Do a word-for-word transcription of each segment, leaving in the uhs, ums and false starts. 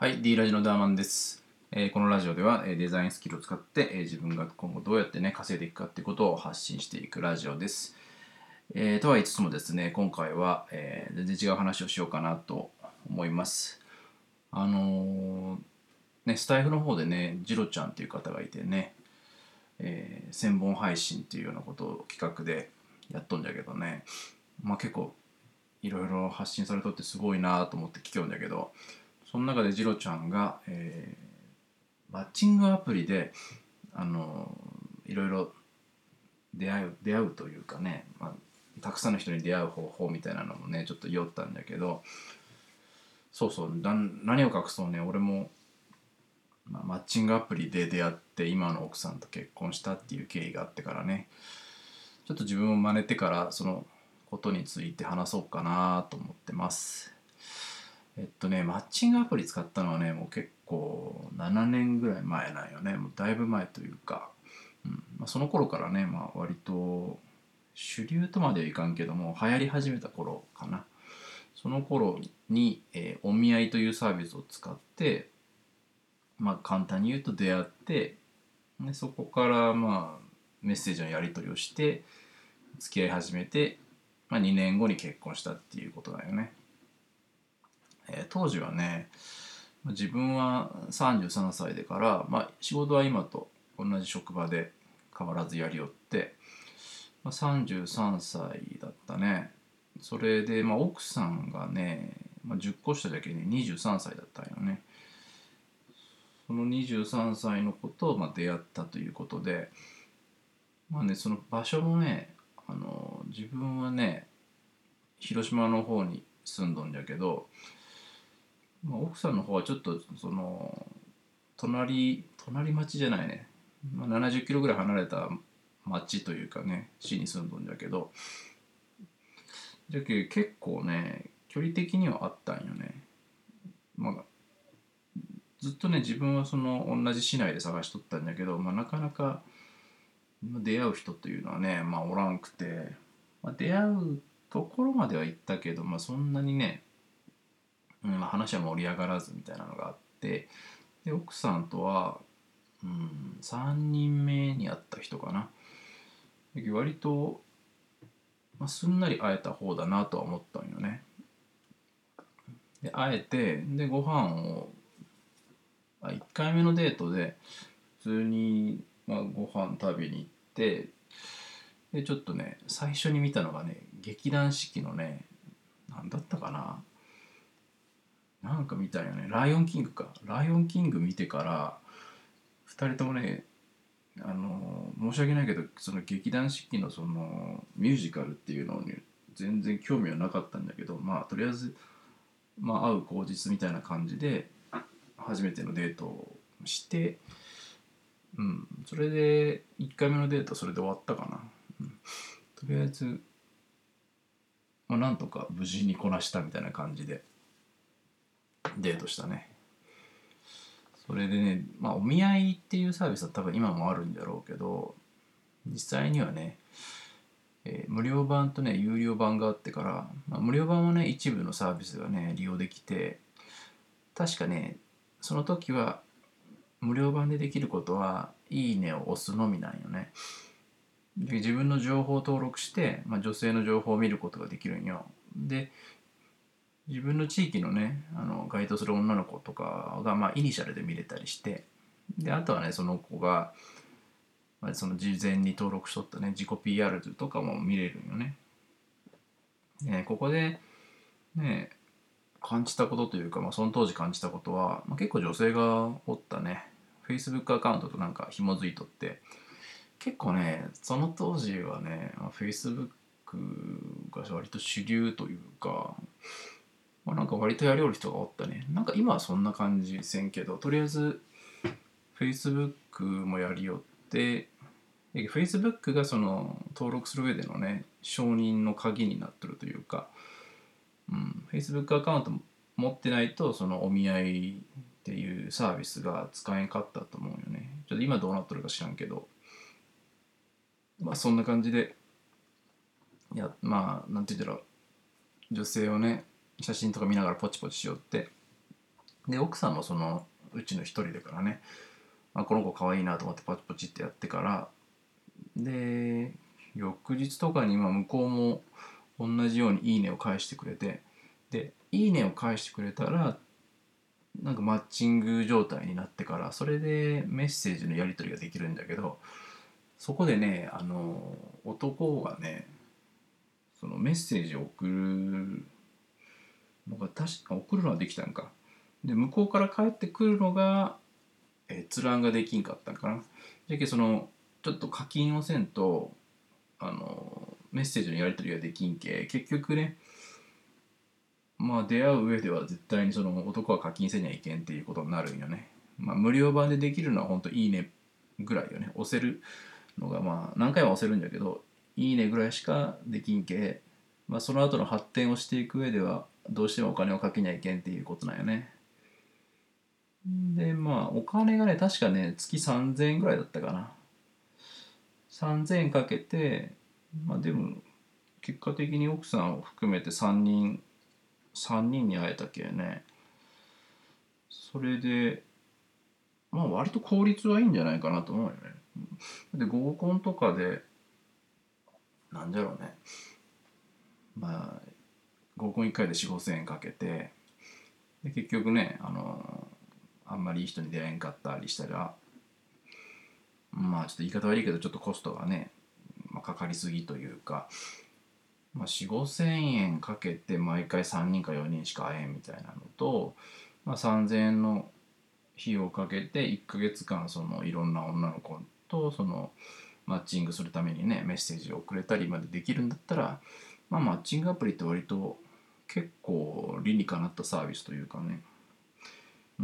はい、D ラジのダーマンです。えーこのラジオでは、えーデザインスキルを使って、えー自分が今後どうやってね、稼いでいくかっていうことを発信していくラジオです。えーとは言いつつもですね、今回は、えー全然違う話をしようかなと思います。あのーね、スタイフの方でね、ジロちゃんっていう方がいてね、えー、せんぼん配信っていうようなことを企画でやっとんじゃけどね、まあ結構いろいろ発信されとってすごいなと思って聞きよんだけど、その中でジロちゃんが、えーマッチングアプリであのいろいろ出会う出会うというかね、まあ、たくさんの人に出会う方法みたいなのもねちょっと言おったんだけど、そうそうだ何を隠そうね、俺も、まあ、マッチングアプリで出会って今の奥さんと結婚したっていう経緯があってからね、ちょっと自分を真似てからそのことについて話そうかなと思ってます。えっとねマッチングアプリ使ったのはねもう結構ななねんぐらい前なんよね。もうだいぶ前というか、うんまあ、その頃からね、まあ、割と主流とまではいかんけども流行り始めた頃かな。その頃に、えーお見合いというサービスを使って、まあ、簡単に言うと出会って、でそこからまあメッセージのやり取りをして付き合い始めて、まあ、にねんごに結婚したっていうことだよね。えー当時はね、自分はさんじゅうさんさいでから、まあ、仕事は今と同じ職場で変わらずやりよって、まあ、さんじゅうさんさいだったね。それで、まあ、奥さんがね、まあ、じゅっこ下だけににじゅうさんさいだったんよね。そのにじゅうさんさいの子と、まあ、出会ったということで、まあね、その場所もね、あの自分はね広島の方に住んどんじゃけど、まあ、奥さんの方はちょっとその隣隣町じゃないね、まあ、ななじゅっキロぐらい離れた町というかね市に住んどんじゃけど、じゃけ結構ね距離的にはあったんよね。まあ、ずっとね自分はその同じ市内で探しとったんだけど、まあ、なかなか出会う人というのはね、まあ、おらんくて、まあ、出会うところまでは行ったけど、まあ、そんなにね、うんまあ、話は盛り上がらずみたいなのがあって、で奥さんとは、うん、さんにんめに会った人かな。割と、まあ、すんなり会えた方だなとは思ったんよね。で会えて、でご飯をあいっかいめのデートで普通に、まあ、ご飯食べに行って、でちょっとね最初に見たのがね劇団四季のね、何だったかな、なんか見たんよね。ライオンキングか。ライオンキング見てからふたりともね、あの申し訳ないけどその劇団四季のそのミュージカルっていうのに全然興味はなかったんだけど、まあとりあえず、まあ、会う口実みたいな感じで初めてのデートをして、うん、それでいっかいめのデートそれで終わったかな。とりあえず、まあ、なんとか無事にこなしたみたいな感じでデートしたね。それでね、まあお見合いっていうサービスは多分今もあるんだろうけど、実際にはね、えー無料版とね有料版があってから、まあ、無料版はね一部のサービスがね利用できて、確かねその時は無料版でできることは「いいね」を押すのみなんよね。で自分の情報を登録して、まあ、女性の情報を見ることができるんよ。で自分の地域のねあの該当する女の子とかが、まあ、イニシャルで見れたりして、であとはねその子が、まあ、その事前に登録しとったね自己 ピーアール とかも見れるんよね。ねここでね感じたことというか、まあ、その当時感じたことは、まあ、結構女性がおったね。 Facebook アカウントとなんか紐づいとって、結構ねその当時はね Facebook が割と主流というか、まあ、なんか割とやりおる人がおったね。なんか今はそんな感じせんけど、とりあえず Facebook もやりよって、Facebook がその登録する上でのね承認の鍵になってるというか、うん、Facebook アカウント持ってないとそのお見合いっていうサービスが使えんかったと思うよね。ちょっと今どうなっとるか知らんけど、まあそんな感じで、いやまあなんて言うんだろう、女性をね写真とか見ながらポチポチしよって、 で奥さんもそのうちの一人だからね、あ、この子可愛いなと思ってパチパチってやってから、で翌日とかにまあ向こうも同じように「いいね」を返してくれて、で「いいね」を返してくれたらなんかマッチング状態になってから、それでメッセージのやり取りができるんだけど、そこでね、あの男がね、そのメッセージを送るのが確か送るのはできたんか。で向こうから帰ってくるのがえ閲覧ができんかったんかな。じゃけそのちょっと課金をせんとあのメッセージのやり取りができんけ、結局ね、まあ出会う上では絶対にその男は課金せにゃいけんっていうことになるんよね。まあ無料版でできるのはほんといいねぐらいよね。押せるのがまあ何回も押せるんだけど、いいねぐらいしかできんけ、まあその後の発展をしていく上ではどうしてもお金をかけにゃいけんっていうことなんよね。でまあお金がね確かね月さんぜんえんぐらいだったかな。さんぜんえんかけて、まあでも結果的に奥さんを含めてさんにんさんにんに会えたけね。それでまあ割と効率はいいんじゃないかなと思うよね。で合コンとかでなんだろうね、まあ合コンいっかいでよん、ごせんえんかけて、で結局ね、あのあんまりいい人に出会えんかったりしたら、まあちょっと言い方悪いけどちょっとコストがね、まあ、かかりすぎというか、まあ、よん、ごせんえんかけて毎回さんにんかよにんしか会えんみたいなのと、まあ、さんぜんえんの費用をかけていっかげつかんそのいろんな女の子とそのマッチングするためにねメッセージを送れたりまでできるんだったら、まあ、マッチングアプリって割と結構理にかなったサービスというかね、うん、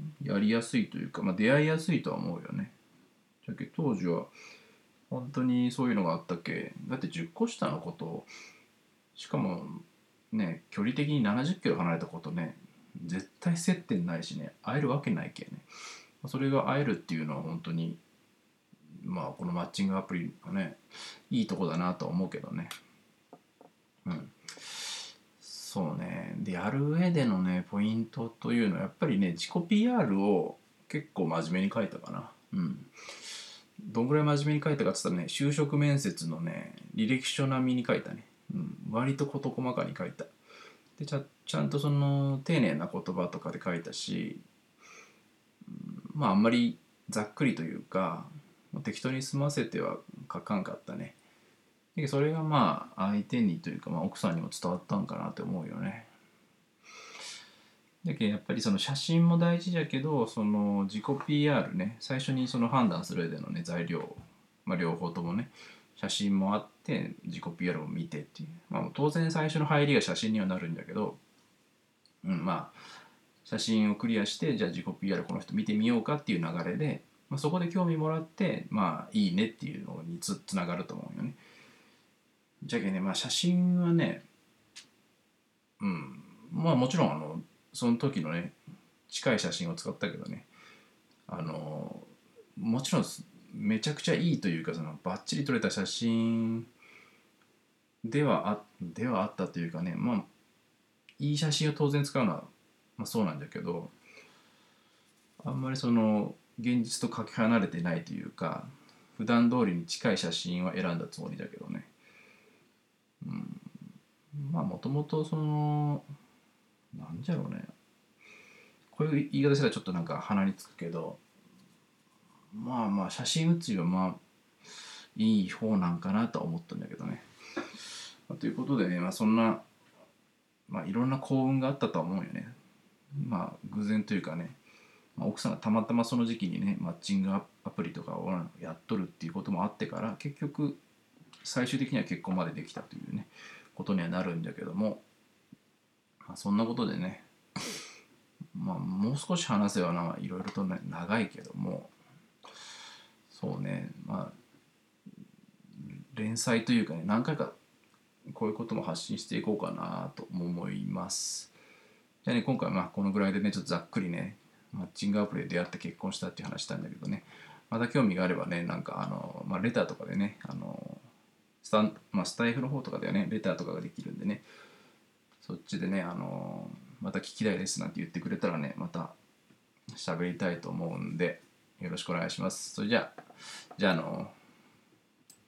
やりやすいというか、まあ、出会いやすいとは思うよね。だけど当時は本当にそういうのがあったっけ。だってじゅっこ下のこと、しかもね距離的にななじゅっキロ離れたことね、絶対接点ないしね会えるわけないけね。それが会えるっていうのは本当にまあこのマッチングアプリがねいいとこだなとは思うけどね。うん、そうね。でやる上でのねポイントというのはやっぱりね自己 ピーアール を結構真面目に書いたかな。うん。どんぐらい真面目に書いたかって言ったらね、就職面接のね履歴書並みに書いたね。うん、割と事細かに書いた。でちゃちゃんとその丁寧な言葉とかで書いたし、まああんまりざっくりというか適当に済ませては書かんかったね。でそれがまあ相手にというか、まあ、奥さんにも伝わったんかなって思うよね。だけどやっぱりその写真も大事だけど、その自己 ピーアール ね、最初にその判断する上でのね材料、まあ、両方ともね写真もあって自己 ピーアール も見てっていう、まあ、当然最初の入りが写真にはなるんだけど、うん、まあ写真をクリアしてじゃあ自己 ピーアール この人見てみようかっていう流れで、まあ、そこで興味もらってまあいいねっていうのにつつながると思うよね。じゃけね、まあ写真はね、うん、まあもちろんあのその時のね近い写真を使ったけどね、あのもちろんめちゃくちゃいいというかそのバッチリ撮れた写真ではあではあったというかね、まあいい写真を当然使うのは、まあ、そうなんだけど、あんまりその現実とかけ離れてないというか普段通りに近い写真は選んだつもりだけどね。まあもともとそのなんじゃろうね、こういう言い方したらちょっとなんか鼻につくけど、まあまあ写真写りはまあいい方なんかなとは思ったんだけどね。まあということでね、まあそんな、まあいろんな幸運があったとは思うよね。まあ偶然というかね、まあ、奥さんがたまたまその時期にねマッチングアプリとかをやっとるっていうこともあってから結局最終的には結婚までできたというねことにはなるんだけども、まあ、そんなことでね、まあ、もう少し話せばないろいろと、ね、長いけども、そうね、まあ連載というかね何回かこういうことも発信していこうかなと思います。じゃあね、今回はまあこのぐらいでねちょっとざっくりねマッチングアプリで出会って結婚したっていう話したんだけどね、また興味があればねなんかあの、まあ、レターとかでねあのスタン、まあ、スタイフの方とかではねレターとかができるんでね、そっちでねあのまた聞きたいですなんて言ってくれたらね、また喋りたいと思うんで、よろしくお願いします。それじゃあ、じゃあ、あの、